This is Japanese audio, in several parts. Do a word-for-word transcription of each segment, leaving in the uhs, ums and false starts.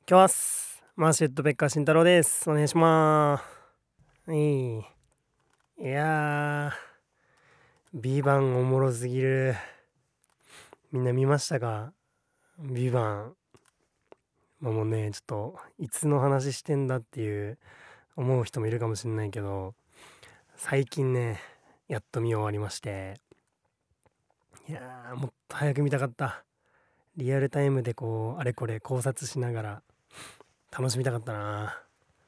きます。マーシュットペッカー慎太郎です。お願いします。いい。いやー、ビバンおもろすぎる。みんな見ましたか？ビバン。まあもうね、ちょっといつの話してんだっていう思う人もいるかもしれないけど、最近ね、やっと見終わりまして、いやー、もっと早く見たかった。リアルタイムでこうあれこれ考察しながら楽しみたかったな。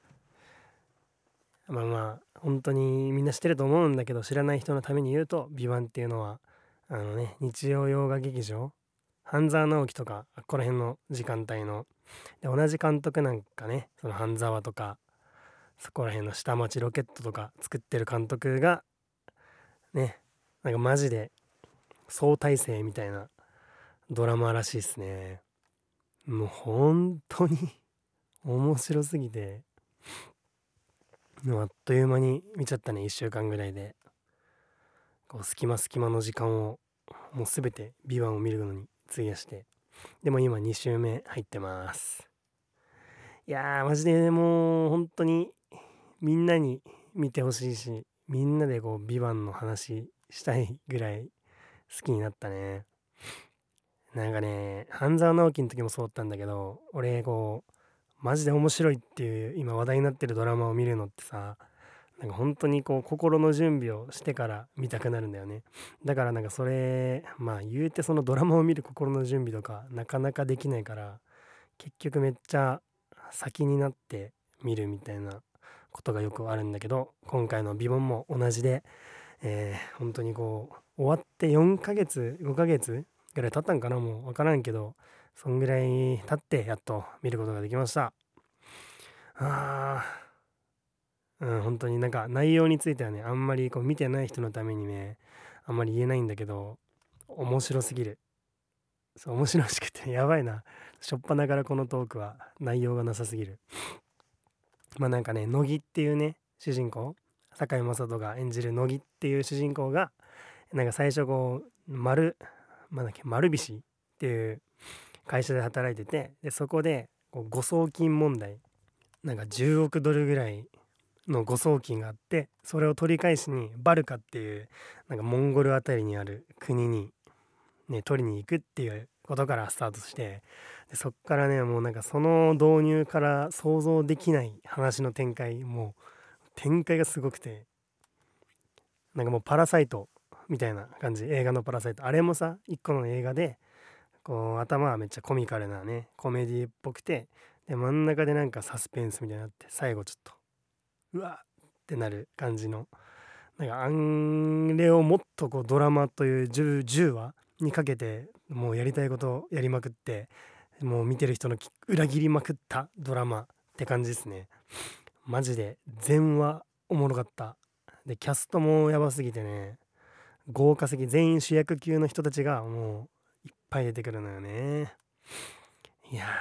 まあまあ本当にみんな知ってると思うんだけど、知らない人のために言うと、ビバンっていうのはあのね、日曜洋画劇場、半沢直樹とかここら辺の時間帯ので、同じ監督なんかね、その半沢とかそこら辺の下町ロケットとか作ってる監督がね、なんかマジで相対性みたいなドラマらしいですね。もう本当に面白すぎて、もうあっという間に見ちゃったね。いっしゅうかんぐらいでこう隙間隙間の時間をもうすべてビバンを見るのに費やして、でも今に週目入ってます。いやーマジでもう本当にみんなに見てほしいし、みんなでこうビバンの話したいぐらい好きになったね。なんかね、半沢直樹の時もそうだったんだけど、俺こうマジで面白いっていう今話題になってるドラマを見るのってさ、なんか本当にこう心の準備をしてから見たくなるんだよね。だからなんかそれ、まあ言うてそのドラマを見る心の準備とかなかなかできないから、結局めっちゃ先になって見るみたいなことがよくあるんだけど、今回の「ビボン」も同じで、えー、本当にこう終わってよんかげつごかげつぐらい経ったんかな、もう分からんけど、そんぐらい経ってやっと見ることができました。あー、うん、本当になんか内容についてはね、あんまりこう見てない人のためにね、あんまり言えないんだけど、面白すぎる。そう、面白しくてやばいな。しょっぱなからこのトークは内容がなさすぎる。まあなんかね、乃木っていうね、主人公、堺雅人が演じる乃木っていう主人公が、なんか最初こう丸なんだっけ丸菱っていう会社で働いてて、でそこでこう誤送金問題、なんかじゅうおくドルぐらいの誤送金があって、それを取り返しにバルカっていうなんかモンゴルあたりにある国にね取りに行くっていうことからスタートして、でそっからね、もうなんかその導入から想像できない話の展開、もう展開がすごくて、なんかもうパラサイトみたいな感じ、映画のパラサイト、あれもさ一個の映画で、こう頭はめっちゃコミカルなねコメディっぽくて、で真ん中でなんかサスペンスみたいになって、最後ちょっとうわってなる感じの、なんかあれをもっとこうドラマという 10, じゅうわにかけてもうやりたいことやりまくって、もう見てる人の裏切りまくったドラマって感じですね。マジで全話おもろかった。でキャストもやばすぎてね、豪華すぎ、全員主役級の人たちがもういっぱい出てくるのよね。いや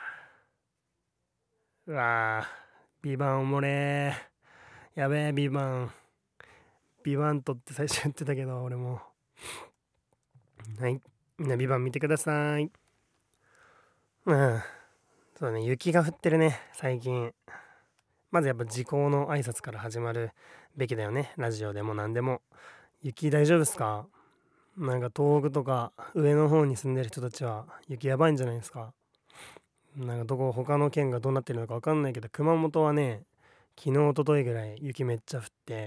ー、うわー、ビバンおもれー、やべえ、ビバンビバントって最初言ってたけど、俺もはい、みんなビバン見てください。うん、そうね、雪が降ってるね最近。まずやっぱ時効の挨拶から始まるべきだよね、ラジオでも何でも。雪大丈夫ですか？なんか東北とか上の方に住んでる人たちは雪やばいんじゃないですか？なんかどこ他の県がどうなってるのか分かんないけど、熊本はね、昨日一昨日ぐらい雪めっちゃ降って、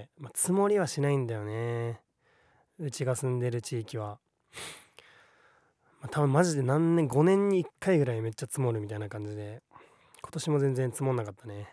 まあ、積もりはしないんだよね、うちが住んでる地域は。まあ、多分マジで何年ごねんにいっかいぐらいめっちゃ積もるみたいな感じで、今年も全然積もんなかったね。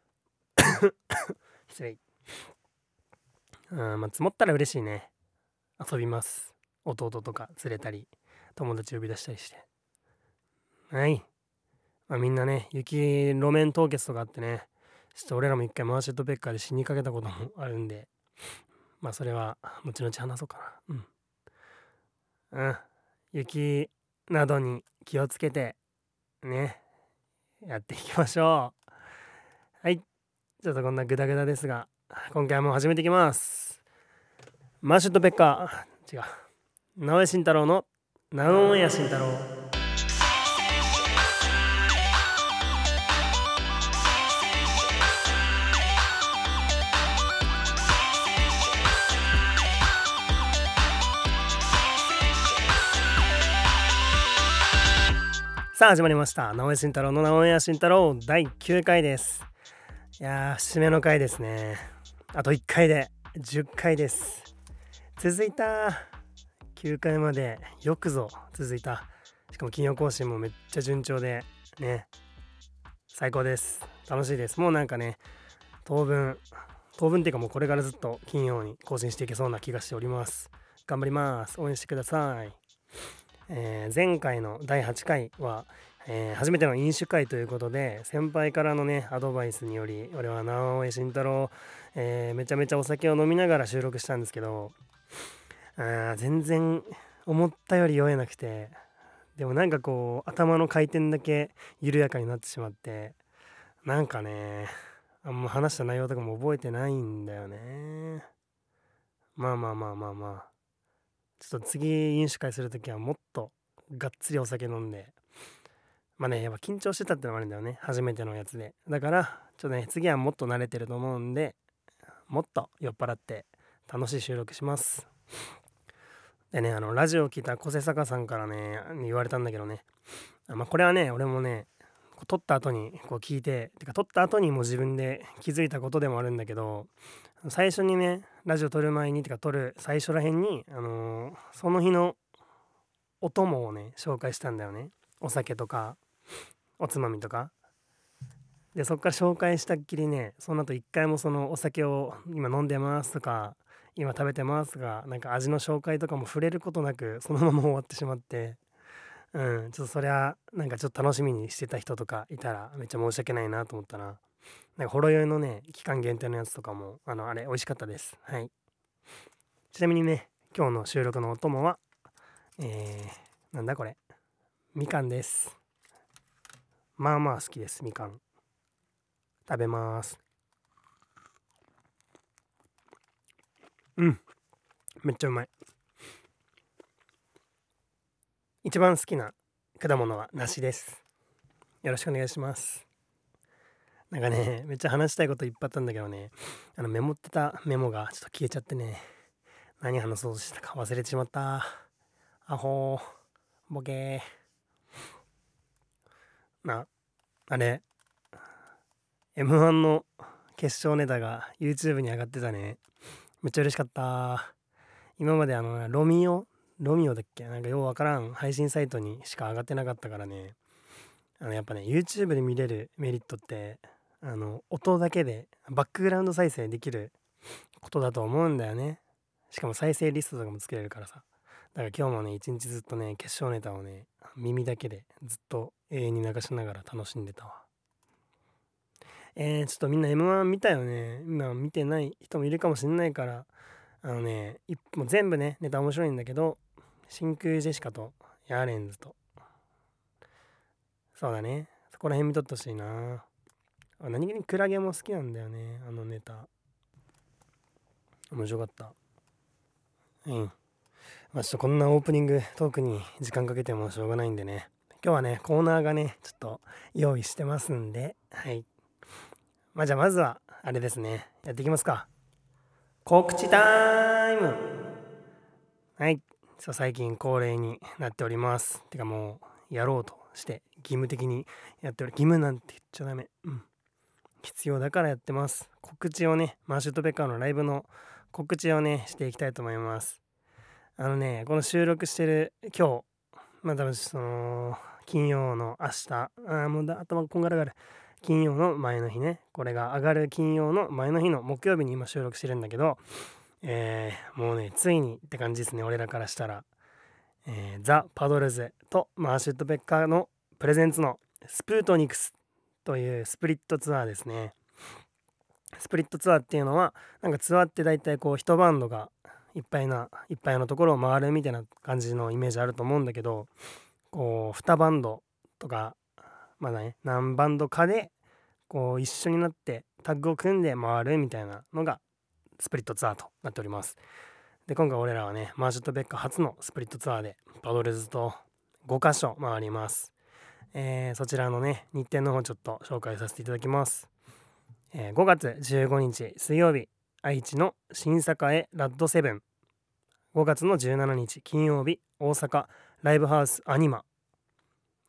失礼。うん、まあ積もったら嬉しいね。遊びます。弟とか連れたり友達呼び出したりして。はい、まあ、みんなね、雪路面凍結とかあってね、ちょっと俺らも一回マーシュットペッカーで死にかけたこともあるんで、まあそれは後々話そうかな。うん、うん、雪などに気をつけてね、やっていきましょう。はい、ちょっとこんなグダグダですが、今回も始めていきます。マーシュットペッカー違う直江慎太郎の直江慎太郎。 さあ始まりました。直江慎太郎の直江慎太郎だいきゅうかいです。いやー節目の回ですね。あといっかいでじゅっかいです。続いた。きゅうかいまでよくぞ続いた。しかも金曜更新もめっちゃ順調でね、最高です。楽しいです。もうなんかね、当分当分っていうかもうこれからずっと金曜に更新していけそうな気がしております。頑張ります。応援してください。えー前回のだいはちかいは、えー初めての飲酒会ということで、先輩からのねアドバイスにより俺は直江慎太郎、えーめちゃめちゃお酒を飲みながら収録したんですけど、あー全然思ったより酔えなくて、でもなんかこう頭の回転だけ緩やかになってしまって、なんかねあんま話した内容とかも覚えてないんだよね。まあまあまあまあまあ、ちょっと次飲酒会するときはもっとがっつりお酒飲んで、まあねやっぱ緊張してたってのもあるんだよね、初めてのやつで。だからちょっとね次はもっと慣れてると思うんで、もっと酔っ払って楽しい収録します。でね、あのラジオを聞いた小瀬坂さんからね言われたんだけどね、あまあこれはね俺もねこう撮った後にこう聞いて、てか撮った後にもう自分で気づいたことでもあるんだけど、最初にねラジオ撮る前にてか撮る最初らへんに、あのーその日のお供をね紹介したんだよね。お酒とかおつまみとかで、そっから紹介したっきりね、その後一回もそのお酒を今飲んでますとか今食べてますとか、なんか味の紹介とかも触れることなくそのまま終わってしまって、うん、ちょっとそりゃなんかちょっと楽しみにしてた人とかいたらめっちゃ申し訳ないなと思ったな。なんかほろ酔いのね期間限定のやつとかもあのあれ美味しかったです。はい。ちなみにね今日の収録のお供はえー、なんだこれ、みかんです。まあまあ好きです。みかん食べます。うん、めっちゃうまい。一番好きな果物は梨です。よろしくお願いします。なんかねめっちゃ話したいこといっぱいあったんだけどね、あのメモってたメモがちょっと消えちゃってね、何話そうとしたか忘れてしまった。アホーボケーな。あれ エムワン の決勝ネタが YouTube に上がってたね。めっちゃ嬉しかった。今まであのロミオロミオだっけ、なんかようわからん配信サイトにしか上がってなかったからね、あのやっぱね YouTube で見れるメリットってあの音だけでバックグラウンド再生できることだと思うんだよね。しかも再生リストとかもつけれるからさ。だから今日もね一日ずっとね決勝ネタをね耳だけでずっと永遠に流しながら楽しんでたわ。えー、ちょっとみんな エムワン 見たよね。今見てない人もいるかもしんないから、あのねいもう全部ねネタ面白いんだけど、真空ジェシカとヤーレンズと、そうだね、そこら辺見とってほしいな。あ、何気にクラゲも好きなんだよね、あのネタ面白かった。うん、まあちょっとこんなオープニングトークに時間かけてもしょうがないんでね、今日はねコーナーがねちょっと用意してますんで、はい。まあじゃあまずはあれですね、やっていきますか。告知タイム。はい、そう最近恒例になっております。てかもうやろうとして義務的にやっており、義務なんて言っちゃダメ、うん、必要だからやってます。告知をね、マーシュートペッカーのライブの告知をねしていきたいと思います。あのねこの収録してる今日、まあ多分その金曜の明日、あーもうだ頭こんがらがる、金曜の前の日ね、これが上がる金曜の前の日の木曜日に今収録してるんだけど、えー、もうねついにって感じですね、俺らからしたら。えー、ザ・パドルズとマーシュット・ペッカーのプレゼンツのスプートニクスというスプリットツアーですね。スプリットツアーっていうのはなんかツアーって大体こう一バンドがいっぱいないっぱいのところを回るみたいな感じのイメージあると思うんだけど、こうにバンドとかまだね何バンドかでこう一緒になってタッグを組んで回るみたいなのがスプリットツアーとなっております。で今回俺らはねマーシュット・ベッカー初のスプリットツアーでパドルズとごかしょ回ります。えー、そちらのね日程の方ちょっと紹介させていただきます。えー、ごがつじゅうごにち水曜日、愛知の新栄ラッドセブン。ごがつのじゅうしちにち金曜日、大阪ライブハウスアニマ。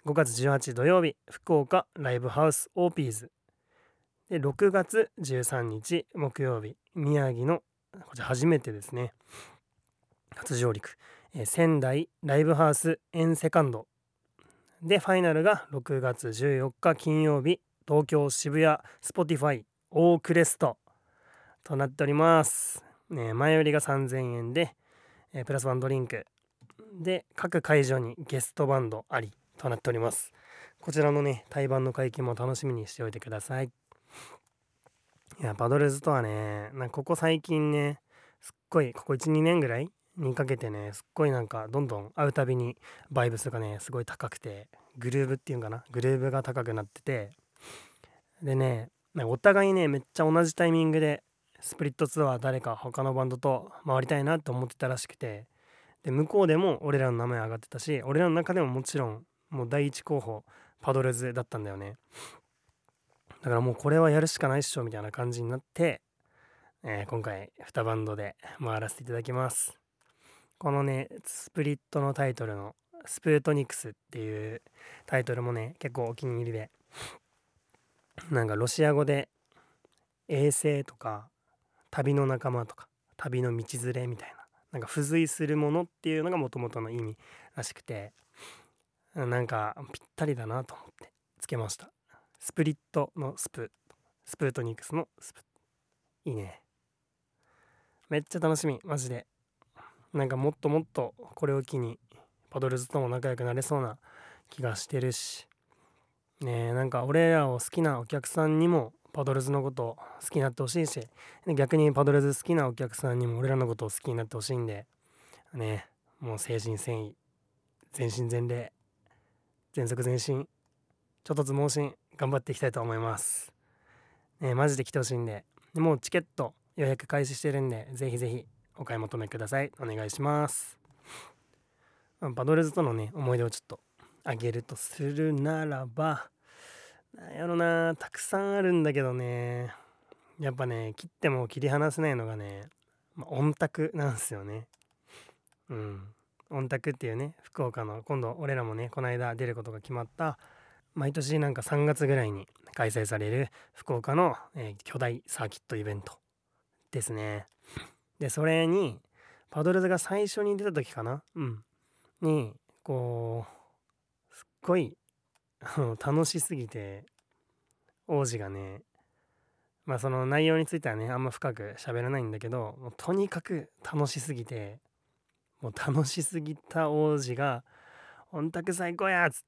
ごがつじゅうはち土曜日福岡ライブハウスオーピーズで、ろくがつじゅうさんにち木曜日宮城のこちら初めてですね初上陸、えー仙台ライブハウスエンセカンドで、ファイナルがろくがつじゅうよっか金曜日東京渋谷スポティファイオークレストとなっております、ね、前売りがさんぜんえんで、えープラスワンドリンクで各会場にゲストバンドありとなっております。こちらのね対バンの解禁も楽しみにしておいてください。いやパドルズとはね、なんかここ最近ねすっごいここいちにねんぐらいにかけてねすっごいなんかどんどん会うたびにバイブスがねすごい高くて、グルーブっていうんかな、グルーブが高くなってて、でねなんかお互いねめっちゃ同じタイミングでスプリットツアー誰か他のバンドと回りたいなって思ってたらしくて、で向こうでも俺らの名前上がってたし、俺らの中でももちろんもう第一候補パドルズだったんだよね。だからもうこれはやるしかないっしょみたいな感じになって、えー今回にバンドで回らせていただきます。このねスプリットのタイトルのスプートニクスっていうタイトルもね結構お気に入りで、なんかロシア語で衛星とか旅の仲間とか旅の道連れみたいな、なんか付随するものっていうのがもともとの意味らしくて、なんかぴったりだなと思ってつけました。スプリットのスプスプートニクスのスプいいね、めっちゃ楽しみマジで。なんかもっともっとこれを機にパドルズとも仲良くなれそうな気がしてるしね。えなんか俺らを好きなお客さんにもパドルズのことを好きになってほしいし、逆にパドルズ好きなお客さんにも俺らのことを好きになってほしいんでね、もう誠心誠意全身全霊全速全身ちょっとず盲信頑張っていきたいと思います、ね、マジで来てほしいんで、でもうチケット予約開始してるんでぜひぜひお買い求めください。お願いします。パドルズとのね思い出をちょっとあげるとするならば、なんやろな、たくさんあるんだけどね、やっぱね切っても切り離せないのがね、まあ、オンタクなんですよね。うんオンタクっていうね福岡の、今度俺らもねこの間出ることが決まった毎年なんかさんがつぐらいに開催される福岡の、えー巨大サーキットイベントですね。でそれにパドルズが最初に出た時かな、うんにこうすっごい楽しすぎて、王子がね、まあその内容についてはねあんま深く喋らないんだけど、もうとにかく楽しすぎて、もう楽しすぎた王子が「ほんたく最高や!」っつって、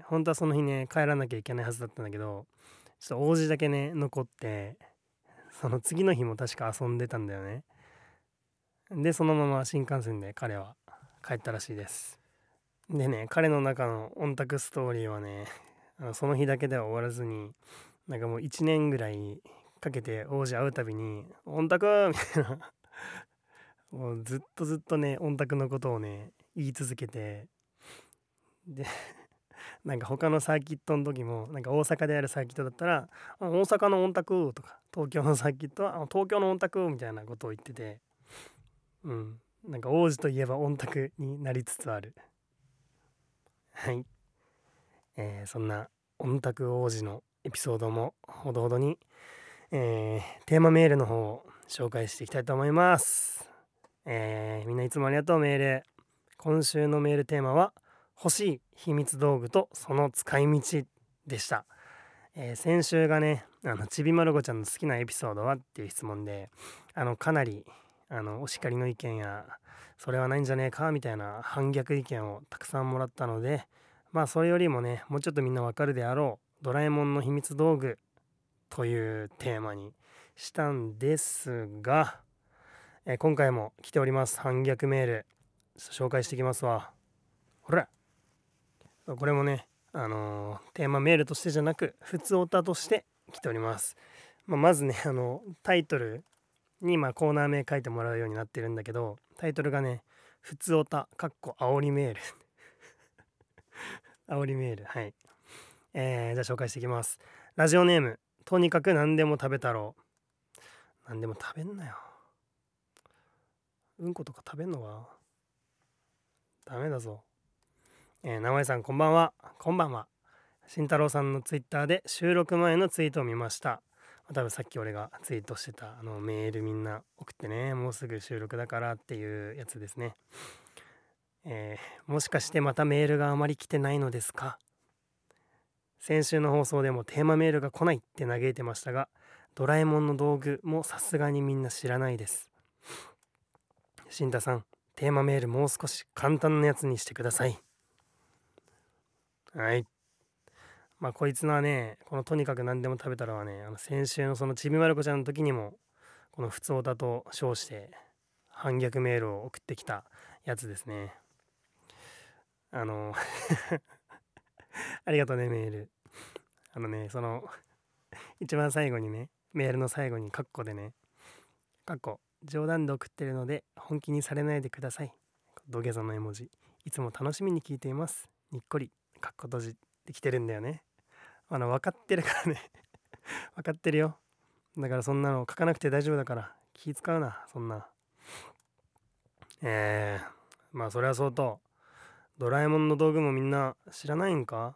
本当はその日ね帰らなきゃいけないはずだったんだけど、ちょっと王子だけね残って、その次の日も確か遊んでたんだよね。でそのまま新幹線で彼は帰ったらしいです。でね彼の中のオンタクストーリーはね、あのその日だけでは終わらずに、なんかもういちねんぐらいかけて王子会うたびに「オンタク!」みたいなもうずっとずっとねオンタクのことをね言い続けて、でなんか他のサーキットの時も、なんか大阪であるサーキットだったら「あ大阪のオンタク」とか、東京のサーキットは「あ東京のオンタク」みたいなことを言ってて、うんなんか王子といえばオンタクになりつつある。はい、えーそんなオンタク王子のエピソードもほどほどに、えーテーマメールの方を紹介していきたいと思います。えーみんないつもありがとう。メール、今週のメールテーマは欲しい秘密道具とその使い道でした。えー先週がね、あのちびまる子ちゃんの好きなエピソードはっていう質問で、あのかなりあのお叱りの意見やそれはないんじゃねえかみたいな反逆意見をたくさんもらったので、まあそれよりもねもうちょっとみんなわかるであろうドラえもんの秘密道具というテーマにしたんですが、えー今回も来ております。反逆メール紹介していきますわ。ほらこれもねあのーテーマメールとしてじゃなく普通オタとして来ております。まあ、まずねあのタイトルにまあコーナー名書いてもらうようになってるんだけど、タイトルがね普通オタかっこ煽りメール煽りメール、はい、えー、じゃあ紹介していきます。ラジオネームとにかく何でも食べたろう。何でも食べんなよ、うんことか食べんのはダメだぞ。えー、名前さんこんばんは。こんばんは。 慎太郎さんのツイッターで収録前のツイートを見ました。多分さっき俺がツイートしてたあのメールみんな送ってね、もうすぐ収録だからっていうやつですね。えー、もしかしてまたメールがあまり来てないのですか？先週の放送でもテーマメールが来ないって嘆いてましたが、ドラえもんの道具もさすがにみんな知らないです。慎太さん、テーマメールもう少し簡単なやつにしてください。はい。まあこいつのはね、このとにかく何でも食べたらはね、あの先週のそのちびまる子ちゃんの時にもこのふつおたと称して反逆メールを送ってきたやつですね。あのありがとうねメール。あのね、その一番最後にね、メールの最後にカッコでね、カッコ冗談で送ってるので本気にされないでください。土下座の絵文字。いつも楽しみに聞いています。にっこりカッコ閉じってきてるんだよね。あの分かってるからね分かってるよ。だからそんなの書かなくて大丈夫だから気使うな、そんな。えー、まあそれはそうと、ドラえもんの道具もみんな知らないんか？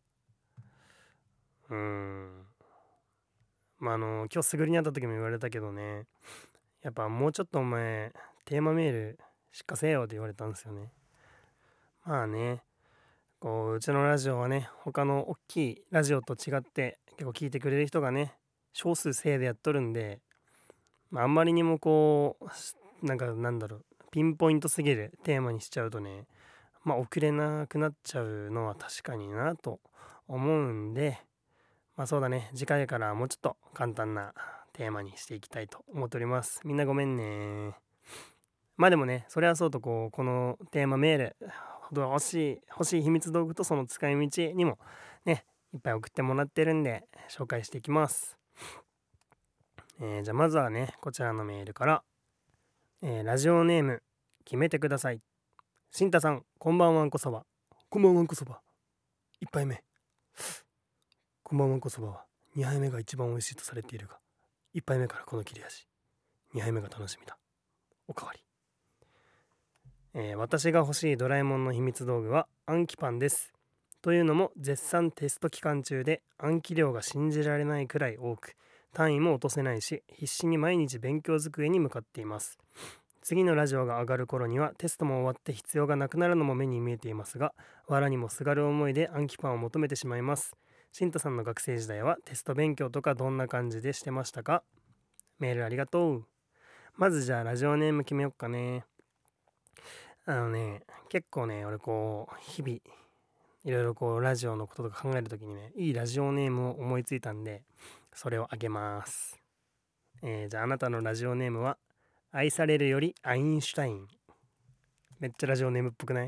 うーん。まああの今日すぐりに会った時も言われたけどね、やっぱもうちょっとお前テーマメールしっかせよって言われたんですよね。まあね、こううちのラジオはね、他の大きいラジオと違って結構聞いてくれる人がね少数制でやっとるんで、まあ、あんまりにもこうなんかなんだろうピンポイントすぎるテーマにしちゃうとね、まあ送れなくなっちゃうのは確かになと思うんで、まあそうだね、次回からもうちょっと簡単なテーマにしていきたいと思っております。みんなごめんね。まあでもね、それはそうとこうこのテーマメール欲しい欲しい秘密道具とその使い道にもねいっぱい送ってもらってるんで紹介していきます。えー、じゃあまずはねこちらのメールから、えー、ラジオネーム決めてください。しんたさんこんばんはんこそば。こんばんはんこそば。いっぱいめ。こんばんはんこそばはにはいめが一番美味しいとされているが、いっぱいめからこの切れ味、にはいめが楽しみだ。おかわり。えー、私が欲しいドラえもんの秘密道具は暗記パンです。というのも絶賛テスト期間中で暗記量が信じられないくらい多く、単位も落とせないし必死に毎日勉強机に向かっています。次のラジオが上がる頃にはテストも終わって必要がなくなるのも目に見えていますが、藁にもすがる思いで暗記パンを求めてしまいます。シンタさんの学生時代はテスト勉強とかどんな感じでしてましたか？メールありがとう。まずじゃあラジオネーム決めよっかね。あのね、結構ね、俺こう、日々、いろいろこう、ラジオのこととか考えるときにね、いいラジオネームを思いついたんで、それをあげます。えー、じゃああなたのラジオネームは、愛されるよりアインシュタイン。めっちゃラジオネームっぽくない？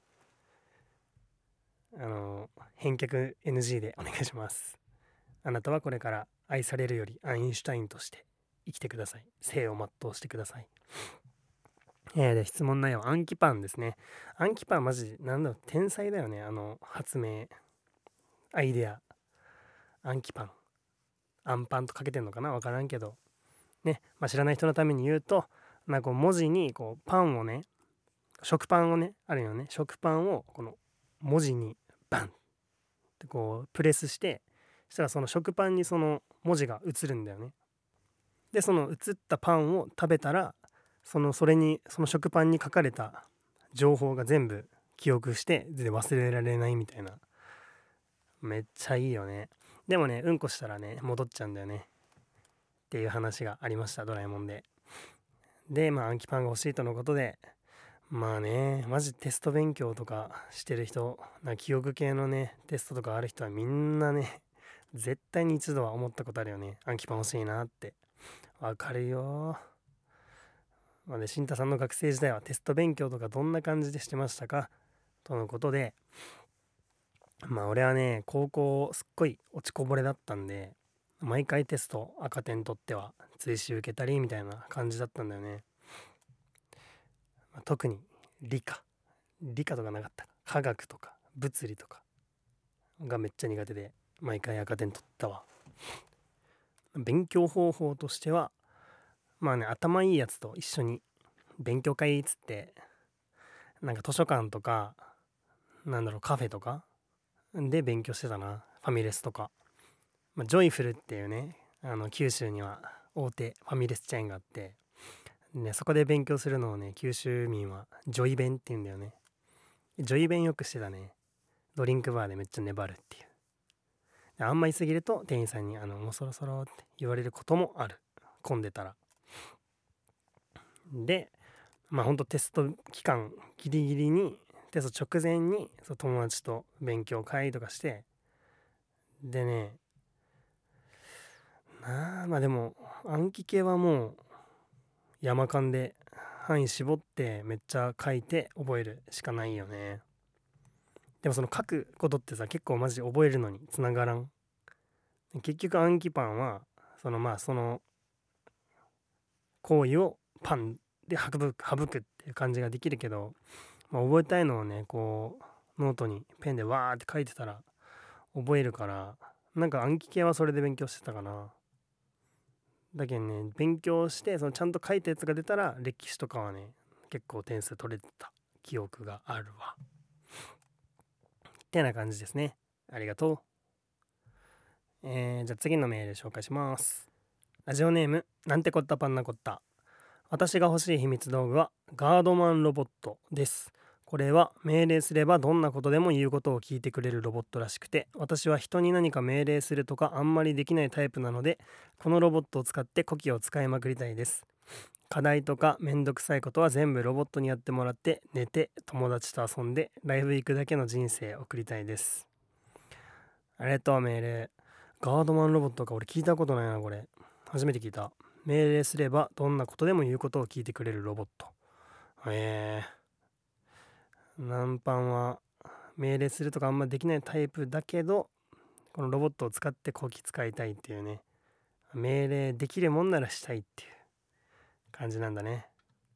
あの、返却 エヌジー でお願いします。あなたはこれから愛されるよりアインシュタインとして生きてください。生を全うしてください。えー、で質問内容暗記パンですね。暗記パンマジなんだろう、天才だよね。あの発明アイデア暗記パン、アンパンとかけてんのかな、わからんけどね。まあ、知らない人のために言うと、なんかこう文字にこうパンをね、食パンをねあるよね、食パンをこの文字にバンってこうプレスして、そしたらその食パンにその文字が映るんだよね。でその映ったパンを食べたら、そのそれにその食パンに書かれた情報が全部記憶してで忘れられないみたいな。めっちゃいいよね。でもね、うんこしたらね戻っちゃうんだよねっていう話がありました、ドラえもんで。でまあ暗記パンが欲しいとのことで、まあねマジテスト勉強とかしてる人な、記憶系のねテストとかある人はみんなね絶対に一度は思ったことあるよね、暗記パン欲しいなって。わかるよ。まあね、慎太さんの学生時代はテスト勉強とかどんな感じでしてましたかとのことで、まあ俺はね高校すっごい落ちこぼれだったんで、毎回テスト赤点取っては追試受けたりみたいな感じだったんだよね。まあ、特に理科理科とかなかった、科学とか物理とかがめっちゃ苦手で毎回赤点取ったわ。勉強方法としては、まあね頭いいやつと一緒に勉強会っつって、なんか図書館とかなんだろうカフェとかで勉強してたな。ファミレスとか、まあ、ジョイフルっていうね、あの九州には大手ファミレスチェーンがあって、ね、そこで勉強するのをね、九州民はジョイ弁って言うんだよね。ジョイ弁よくしてたね。ドリンクバーでめっちゃ粘るっていう。であんま言い過ぎると店員さんにあのもうそろそろって言われることもある。混んでたら。で、まあほんとテスト期間ギリギリに、テスト直前にそう友達と勉強会とかして、でね、なあまあでも暗記系はもう山間で範囲絞ってめっちゃ書いて覚えるしかないよね。でもその書くことってさ、結構マジで覚えるのにつながらん。結局暗記パンはそのまあその行為をパンで省く省くっていう感じができるけど、まあ、覚えたいのをねこうノートにペンでわーって書いてたら覚えるから、なんか暗記系はそれで勉強してたかな。だけどね、勉強してそのちゃんと書いたやつが出たら歴史とかはね結構点数取れてた記憶があるわ。ってな感じですね。ありがとう。えー、じゃあ次のメール紹介します。ラジオネームなんてこったパンナコッタ。私が欲しい秘密道具はガードマンロボットです。これは命令すればどんなことでも言うことを聞いてくれるロボットらしくて、私は人に何か命令するとかあんまりできないタイプなので、このロボットを使って呼気を使いまくりたいです。課題とかめんどくさいことは全部ロボットにやってもらって、寝て友達と遊んでライブ行くだけの人生を送りたいです。ありがとうメール。ガードマンロボットか、俺聞いたことないな。これ初めて聞いた。命令すればどんなことでも言うことを聞いてくれるロボット。えー、ナンパンは命令するとかあんまできないタイプだけど、このロボットを使ってこき使いたいっていうね、命令できるもんならしたいっていう感じなんだね。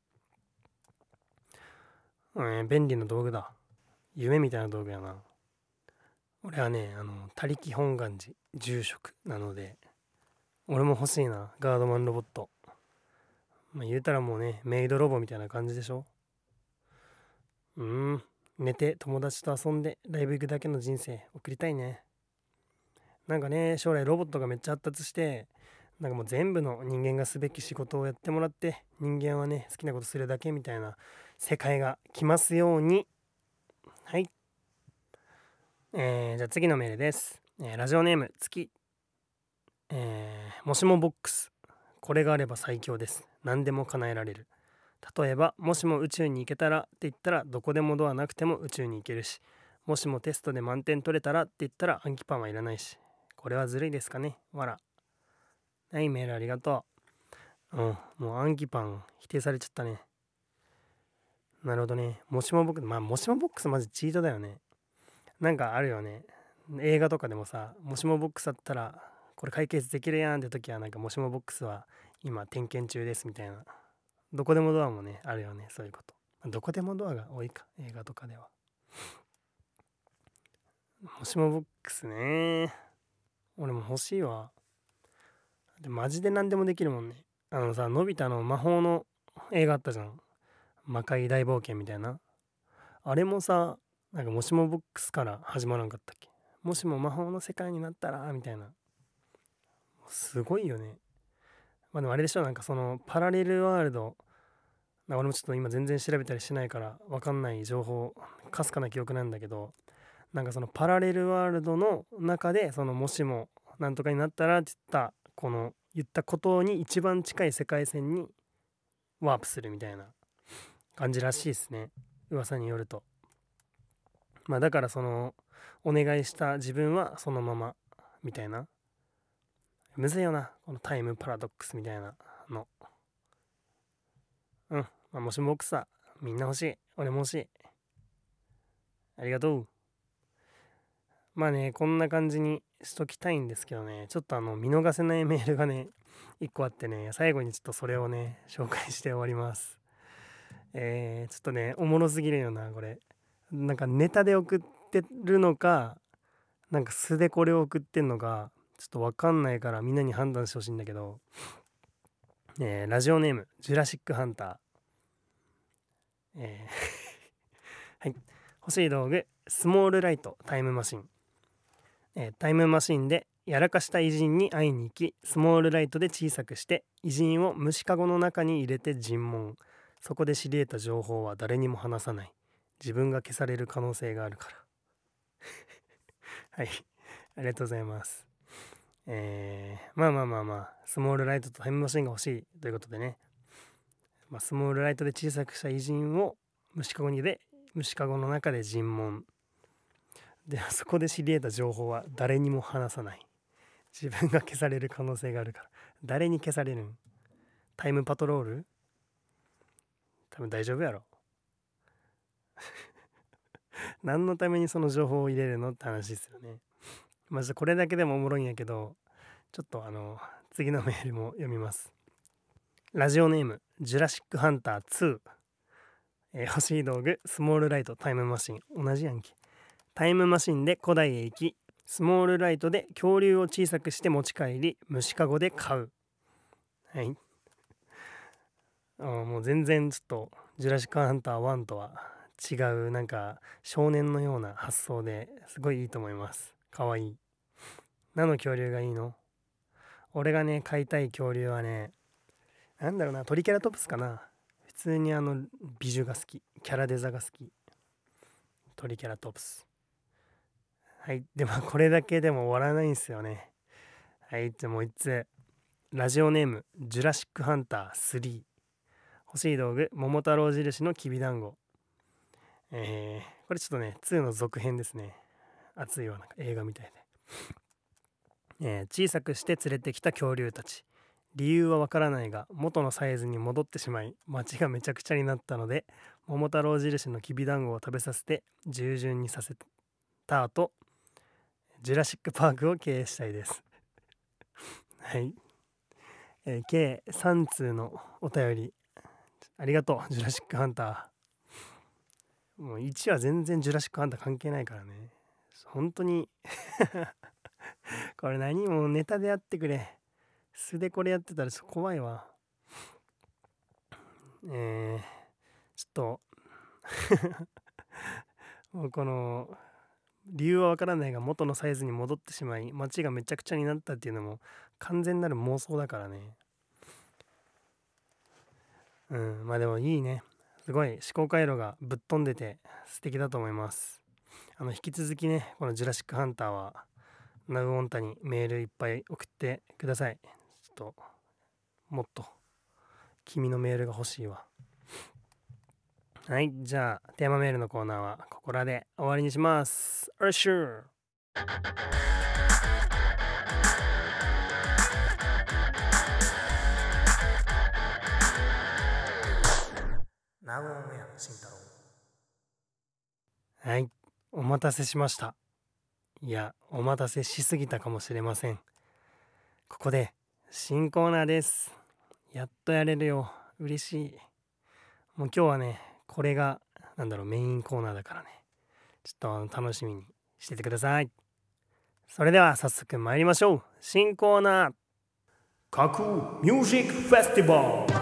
うん、便利な道具だ。夢みたいな道具やな。俺はね、あの他力本願寺住職なので、俺も欲しいな、ガードマンロボット。まあ言うたらもうね、メイドロボみたいな感じでしょ。うーん、寝て友達と遊んでライブ行くだけの人生送りたいね。なんかね、将来ロボットがめっちゃ発達して、なんかもう全部の人間がすべき仕事をやってもらって、人間はね好きなことするだけみたいな世界が来ますように。はい、えー、じゃあ次のメールです。えー、ラジオネーム月、えー、もしもボックス。これがあれば最強です。何でも叶えられる。例えばもしも宇宙に行けたらって言ったらどこでもドアなくても宇宙に行けるし、もしもテストで満点取れたらって言ったら暗記パンはいらないし。これはずるいですかね。わら。はい、メールありがとう。うん、もう暗記パン否定されちゃったね。なるほどね。もしもボックス、まあもしもボックスマジチートだよね。なんかあるよね。映画とかでもさ、もしもボックスだったらこれ解決できるやんって時はなんかもしもボックスは今点検中ですみたいな。どこでもドアもねあるよね、そういうこと。どこでもドアが多いか、映画とかでは。もしもボックスね、俺も欲しいわ。でマジで何でもできるもんね。あのさ、のび太の魔法の映画あったじゃん。魔界大冒険みたいな。あれもさ、なんかもしもボックスから始まらんかったっけ。もしも魔法の世界になったらみたいな。すごいよね。まあでもあれでしょ、なんかそのパラレルワールド、俺もちょっと今全然調べたりしないから分かんない情報、かすかな記憶なんだけど、なんかそのパラレルワールドの中でそのもしもなんとかになったらって言ったこの言ったことに一番近い世界線にワープするみたいな感じらしいですね、噂によると。まあだからそのお願いした自分はそのままみたいな。むずいよな、このタイムパラドックスみたいなの。うん、まあ、もしも僕さ、みんな欲しい、俺も欲しい。ありがとう。まあね、こんな感じにしときたいんですけどね、ちょっとあの見逃せないメールがねいっこあってね、最後にちょっとそれをね紹介して終わります。えー、ちょっとねおもろすぎるよなこれ。なんかネタで送ってるのか、なんか素でこれを送ってんのかちょっとわかんないからみんなに判断してほしいんだけど、えー、ラジオネームジュラシックハンター。えーはい、欲しい道具スモールライトタイムマシン。 えータイムマシンでやらかした偉人に会いに行き、スモールライトで小さくして偉人を虫かごの中に入れて尋問。そこで知り得た情報は誰にも話さない。自分が消される可能性があるからはい、ありがとうございます。えー、まあまあまあまあスモールライトとタイムマシンが欲しいということでね、まあ、スモールライトで小さくした偉人を虫かごに入れ、虫かごの中で尋問で、そこで知り得た情報は誰にも話さない。自分が消される可能性があるから。誰に消されるん？タイムパトロール？多分大丈夫やろ何のためにその情報を入れるのって話ですよね。まずこれだけでもおもろいんやけど、ちょっとあの次のメールも読みます。ラジオネームジュラシックハンターツー、えー欲しい道具スモールライトタイムマシン。同じやんけ。タイムマシンで古代へ行き、スモールライトで恐竜を小さくして持ち帰り、虫かごで飼う。はいあーもう全然ちょっとジュラシックハンターワンとは違う、なんか少年のような発想ですごいいいと思います。かわいい。何の恐竜がいいの？俺がね飼いたい恐竜はね、なんだろうな、トリケラトプスかな。普通にあの美女が好き、キャラデザが好き、トリケラトプス。はい、でもこれだけでも終わらないんですよね。はい、じゃあもう一つ。ラジオネームジュラシックハンタースリー、欲しい道具桃太郎印のきびだんご。えー、これちょっとねツーの続編ですね。熱いよ、なんか映画みたいで、えー小さくして連れてきた恐竜たち。理由はわからないが元のサイズに戻ってしまい街がめちゃくちゃになったので、桃太郎印のきびだんごを食べさせて従順にさせた後、ジュラシックパークを経営したいですはい、えー計さん通のお便りありがとうジュラシックハンター。もういちは全然ジュラシックハンター関係ないからね、本当にこれ何もうネタでやってくれ。素でこれやってたらちょっと怖いわ。えー、ちょっともうこの理由はわからないが元のサイズに戻ってしまい街がめちゃくちゃになったっていうのも完全なる妄想だからね。うんまあでもいいね、すごい思考回路がぶっ飛んでて素敵だと思います。あの引き続きね、このジュラシックハンターはナウオンタにメールいっぱい送ってください。ちょっともっと君のメールが欲しいわ。はい、じゃあテーマメールのコーナーはここらで終わりにします。おっしゅー。ナウオンウェア慎太郎。はい、お待たせしました。いや、お待たせしすぎたかもしれません。ここで新コーナーです。やっとやれるよ。嬉しい。もう今日はね、これがなんだろうメインコーナーだからね、ちょっと楽しみにしててください。それでは早速参りましょう。新コーナー、架空ミュージックフェスティバル。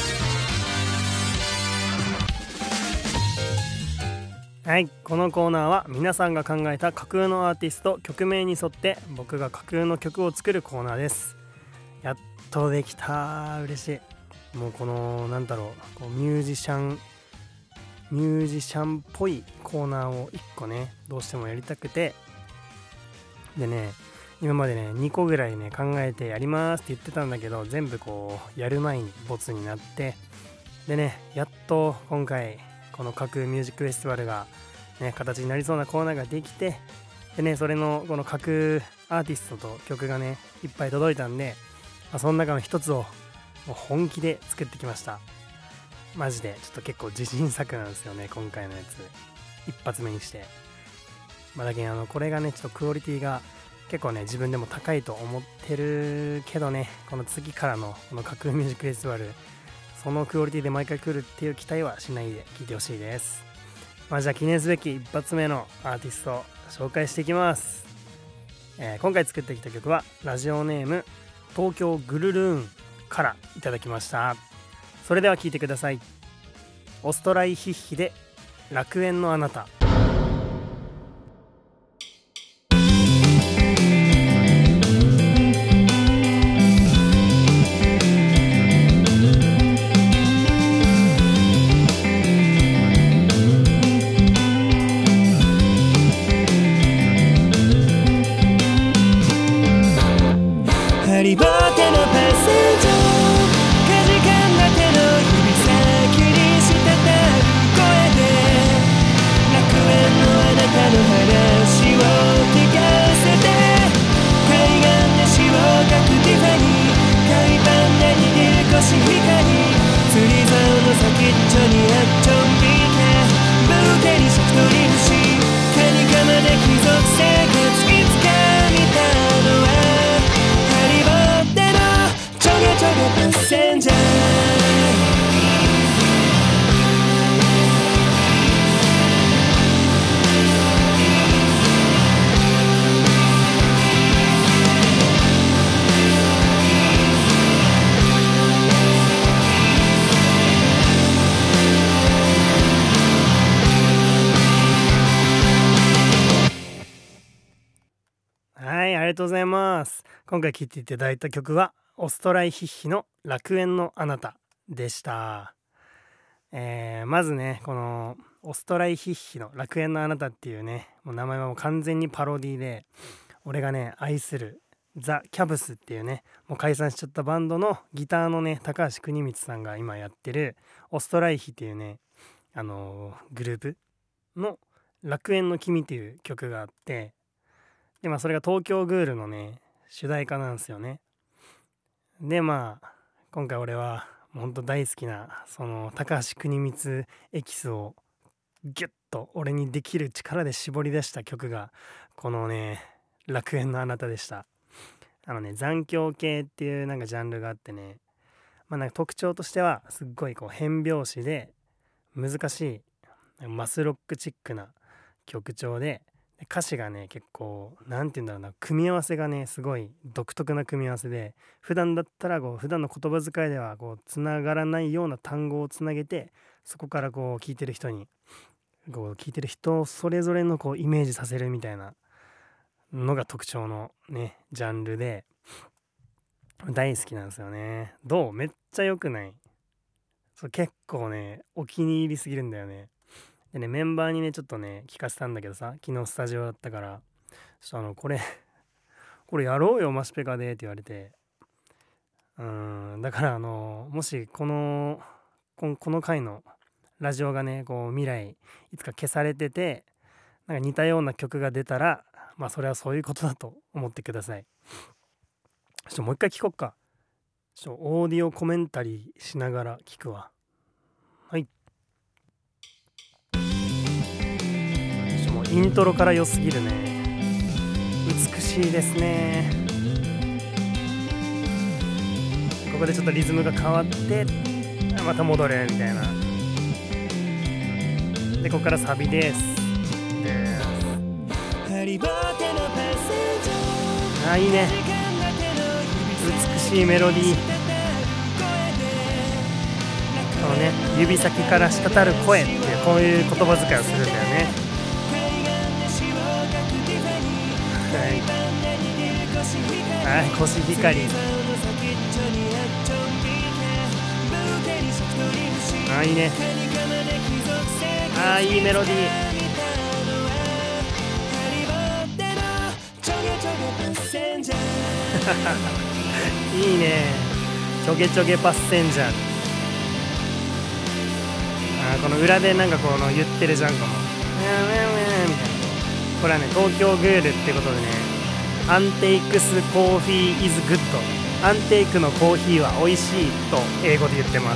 はい、このコーナーは皆さんが考えた架空のアーティスト曲名に沿って僕が架空の曲を作るコーナーです。やっとできた、嬉しい。もうこのなんだろう、こうミュージシャンミュージシャンっぽいコーナーをいっこねどうしてもやりたくて、でね今までねにこぐらいね考えてやりますって言ってたんだけど、全部こうやる前にボツになって、でねやっと今回この架空ミュージックフェスティバルがね形になりそうなコーナーができて、でねそれのこの架空アーティストと曲がねいっぱい届いたんで、まあ、その中の一つをもう本気で作ってきました。マジでちょっと結構自信作なんですよね今回のやつ、一発目にして。まあだけどあのこれがねちょっとクオリティが結構ね自分でも高いと思ってるけどね、この次からのこの架空ミュージックフェスティバル、そのクオリティで毎回来るっていう期待はしないで聞いてほしいです。まあじゃあ記念すべき一発目のアーティスト紹介していきます。えー、今回作ってきた曲はラジオネーム東京グルルーンからいただきました。それでは聴いてください。オストライヒッヒで楽園のあなた。 ハリボテのパッセンジャー、かじかんだ手の指先に滴る声で楽園のあなたの話を聞かせて、海岸で詩を書くティファニー、海パンで握るコシヒカリ、釣り竿の先っちょにあっちょんぴけ、ブーケにシャクトリムシ、カニカマで貴族生活いつか見たのはハリボテのちょげちょげパッセンジャー。 はい、ありがとうございます。今回聴いていただいた曲はオストライヒッヒの楽園のあなたでした。えー、まずね、このオストライヒッヒの楽園のあなたっていうね、もう名前はもう完全にパロディで、俺がね愛するザ・キャブスっていうね、もう解散しちゃったバンドのギターのね高橋邦光さんが今やってるオストライヒっていうね、あのーグループの楽園の君っていう曲があって、でまあそれが東京グールのね主題歌なんですよね。でまあ今回俺はほんと大好きなその高橋邦光エキスをギュッと俺にできる力で絞り出した曲がこのね楽園のあなたでした。あのね残響系っていうなんかジャンルがあってね、まあなんか特徴としてはすっごいこう変拍子で難しいマスロックチックな曲調で、歌詞がね結構なんて言うんだろうな、組み合わせがねすごい独特な組み合わせで、普段だったらこう普段の言葉遣いではこうつながらないような単語をつなげて、そこからこう聞いてる人にこう聞いてる人それぞれのこうイメージさせるみたいなのが特徴のねジャンルで大好きなんですよね。どう？めっちゃ良くない？そう結構ねお気に入りすぎるんだよね。でねメンバーにねちょっとね聞かせたんだけどさ、昨日スタジオだったからちょっとあのこれこれやろうよマシペカでって言われて、うーんだからあのもしこのこのこの回のラジオがねこう未来いつか消されててなんか似たような曲が出たら、まあそれはそういうことだと思ってください。ちょっともう一回聞こっか。ちょっとオーディオコメンタリーしながら聞くわ。はい。ちょもうイントロから良すぎるね。美しいですね。ここでちょっとリズムが変わってまた戻るみたいな。でここからサビです。であいいね、美しいメロディー。このね指先から滴る声っていうこういう言葉遣いをするんだよね。はい、はい、コシヒカリ。あいいね、あいいメロディー。いいね、ちょげちょげパッセンジャー。あこの裏でなんかこの言ってるじゃん、このウェンウェンウェンみたいな。これはね東京グールってことでね、アンテイクスコーヒーイズグッド、アンテイクのコーヒーは美味しいと英語で言ってます。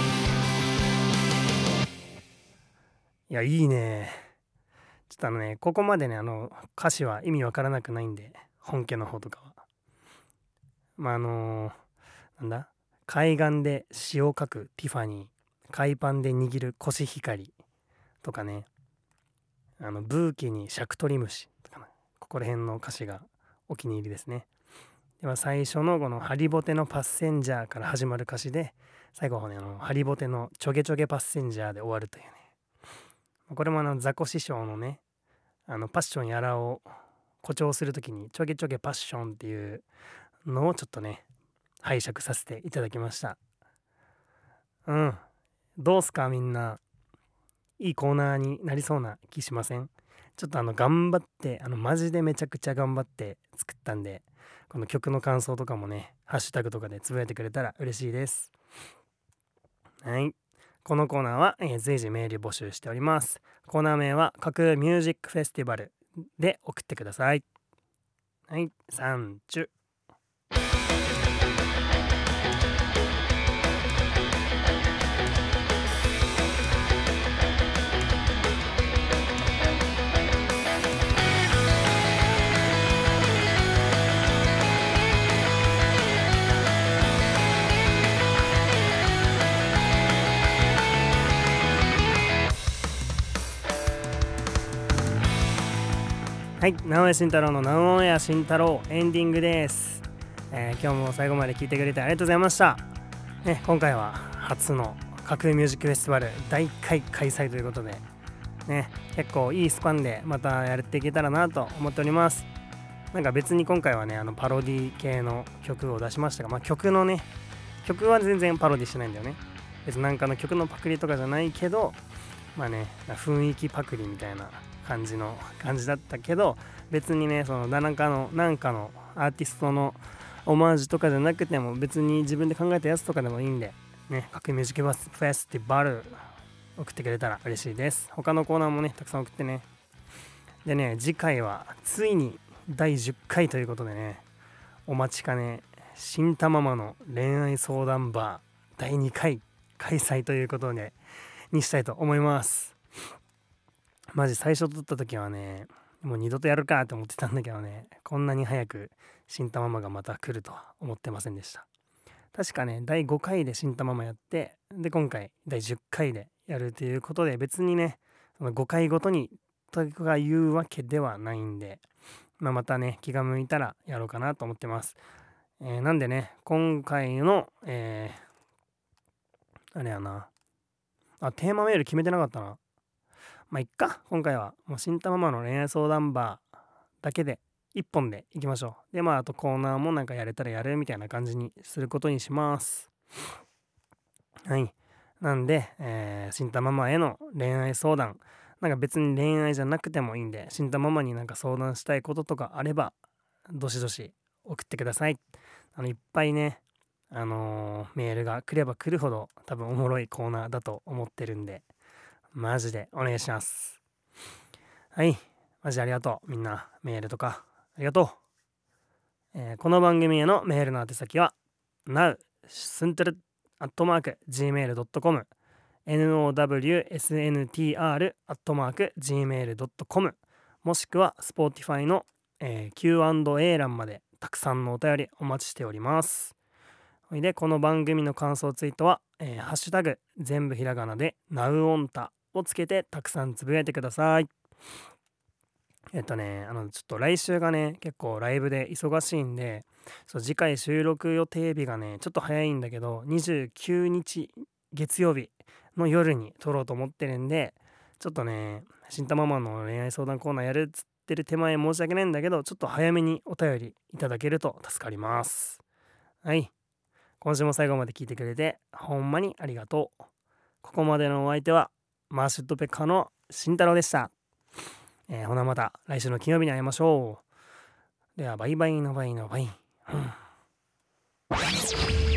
いやいいね。ちょっとあのねここまでねあの歌詞は意味わからなくないんで、本家の方とかはまああのー、なんだ海岸で詩を書くティファニー、海パンで握るコシヒカリとかね、あのブーケにシャクトリムシとか、ここら辺の歌詞がお気に入りですね。では最初のこのハリボテのパッセンジャーから始まる歌詞で、最後はねあのハリボテのちょげちょげパッセンジャーで終わるというね、これもあのザコ師匠のねあのパッションやらを誇張するときにちょげちょげパッションっていうのをちょっとね拝借させていただきました。うん、どうすかみんな、いいコーナーになりそうな気しません？ちょっとあの頑張ってあのマジでめちゃくちゃ頑張って作ったんで、 この曲の感想とかもねハッシュタグとかでつぶやいてくれたら嬉しいです。はい、このコーナーは、えー、随時メール募集しております。コーナー名は架空ミュージックフェスティバルで送ってください。はい、さんちゅはい、直江慎太郎の直江慎太郎エンディングです、えー、今日も最後まで聞いてくれてありがとうございました、ね、今回は初の架空ミュージックフェスティバルだいいっかい開催ということで、ね、結構いいスパンでまたやっていけたらなと思っております。なんか別に今回はねあのパロディ系の曲を出しましたが、まあ、曲のね曲は全然パロディしてないんだよね。別になんかの曲のパクリとかじゃないけど、まあね雰囲気パクリみたいな感じの感じだったけど、別にねそのなんかのなんかのアーティストのオマージュとかじゃなくても別に自分で考えたやつとかでもいいんでね、架空ミュージックフェスティバル送ってくれたら嬉しいです。他のコーナーもねたくさん送ってね。でね次回はついにだいじゅっかいということでね、お待ちかね新たママの恋愛相談バーだいにかい開催ということでにしたいと思います。マジ最初撮った時はねもう二度とやるかと思ってたんだけどね、こんなに早く新たママがまた来るとは思ってませんでした。確かねだいごかいで新たママやって、で今回だいじゅっかいでやるということで、別にねそのごかいごとにとかいうわけではないんで、まあ、またね気が向いたらやろうかなと思ってます。えー、なんでね今回の、えー、あれやなあテーマメール決めてなかったな。まあいっか、今回はもう新たママの恋愛相談バーだけでいっぽんでいきましょう。でまああとコーナーもなんかやれたらやるみたいな感じにすることにします。はい、なんで、えー、新たママへの恋愛相談、なんか別に恋愛じゃなくてもいいんで、新たママになんか相談したいこととかあればどしどし送ってください。あのいっぱいねあのー、メールが来れば来るほど多分おもろいコーナーだと思ってるんで、マジでお願いします。はい、マジでありがとう。みんなメールとかありがとう。えー、この番組へのメールの宛先は ナウ スントル アットマーク ジーメールドットコム ノーダブリューエスエヌティーアール アットマーク ジーメールドットコム もしくは Spotify の、えー、キューアンドエー 欄までたくさんのお便りお待ちしております。でこの番組の感想ツイートは、えー、ハッシュタグ全部ひらがなでナウオンタをつけてたくさんつぶやいてください。えっとねあのちょっと来週がね結構ライブで忙しいんで、そう次回収録予定日がねちょっと早いんだけどにじゅうくにち月曜日の夜に撮ろうと思ってるんで、ちょっとね新たママの恋愛相談コーナーやるっつってる手前申し訳ないんだけど、ちょっと早めにお便りいただけると助かります。はい、今週も最後まで聞いてくれてほんまにありがとう。ここまでのお相手はマーシュットペッカーの慎太郎でした。えー、ほなまた来週の金曜日に会いましょう。ではバイバイのバイのバイ、うん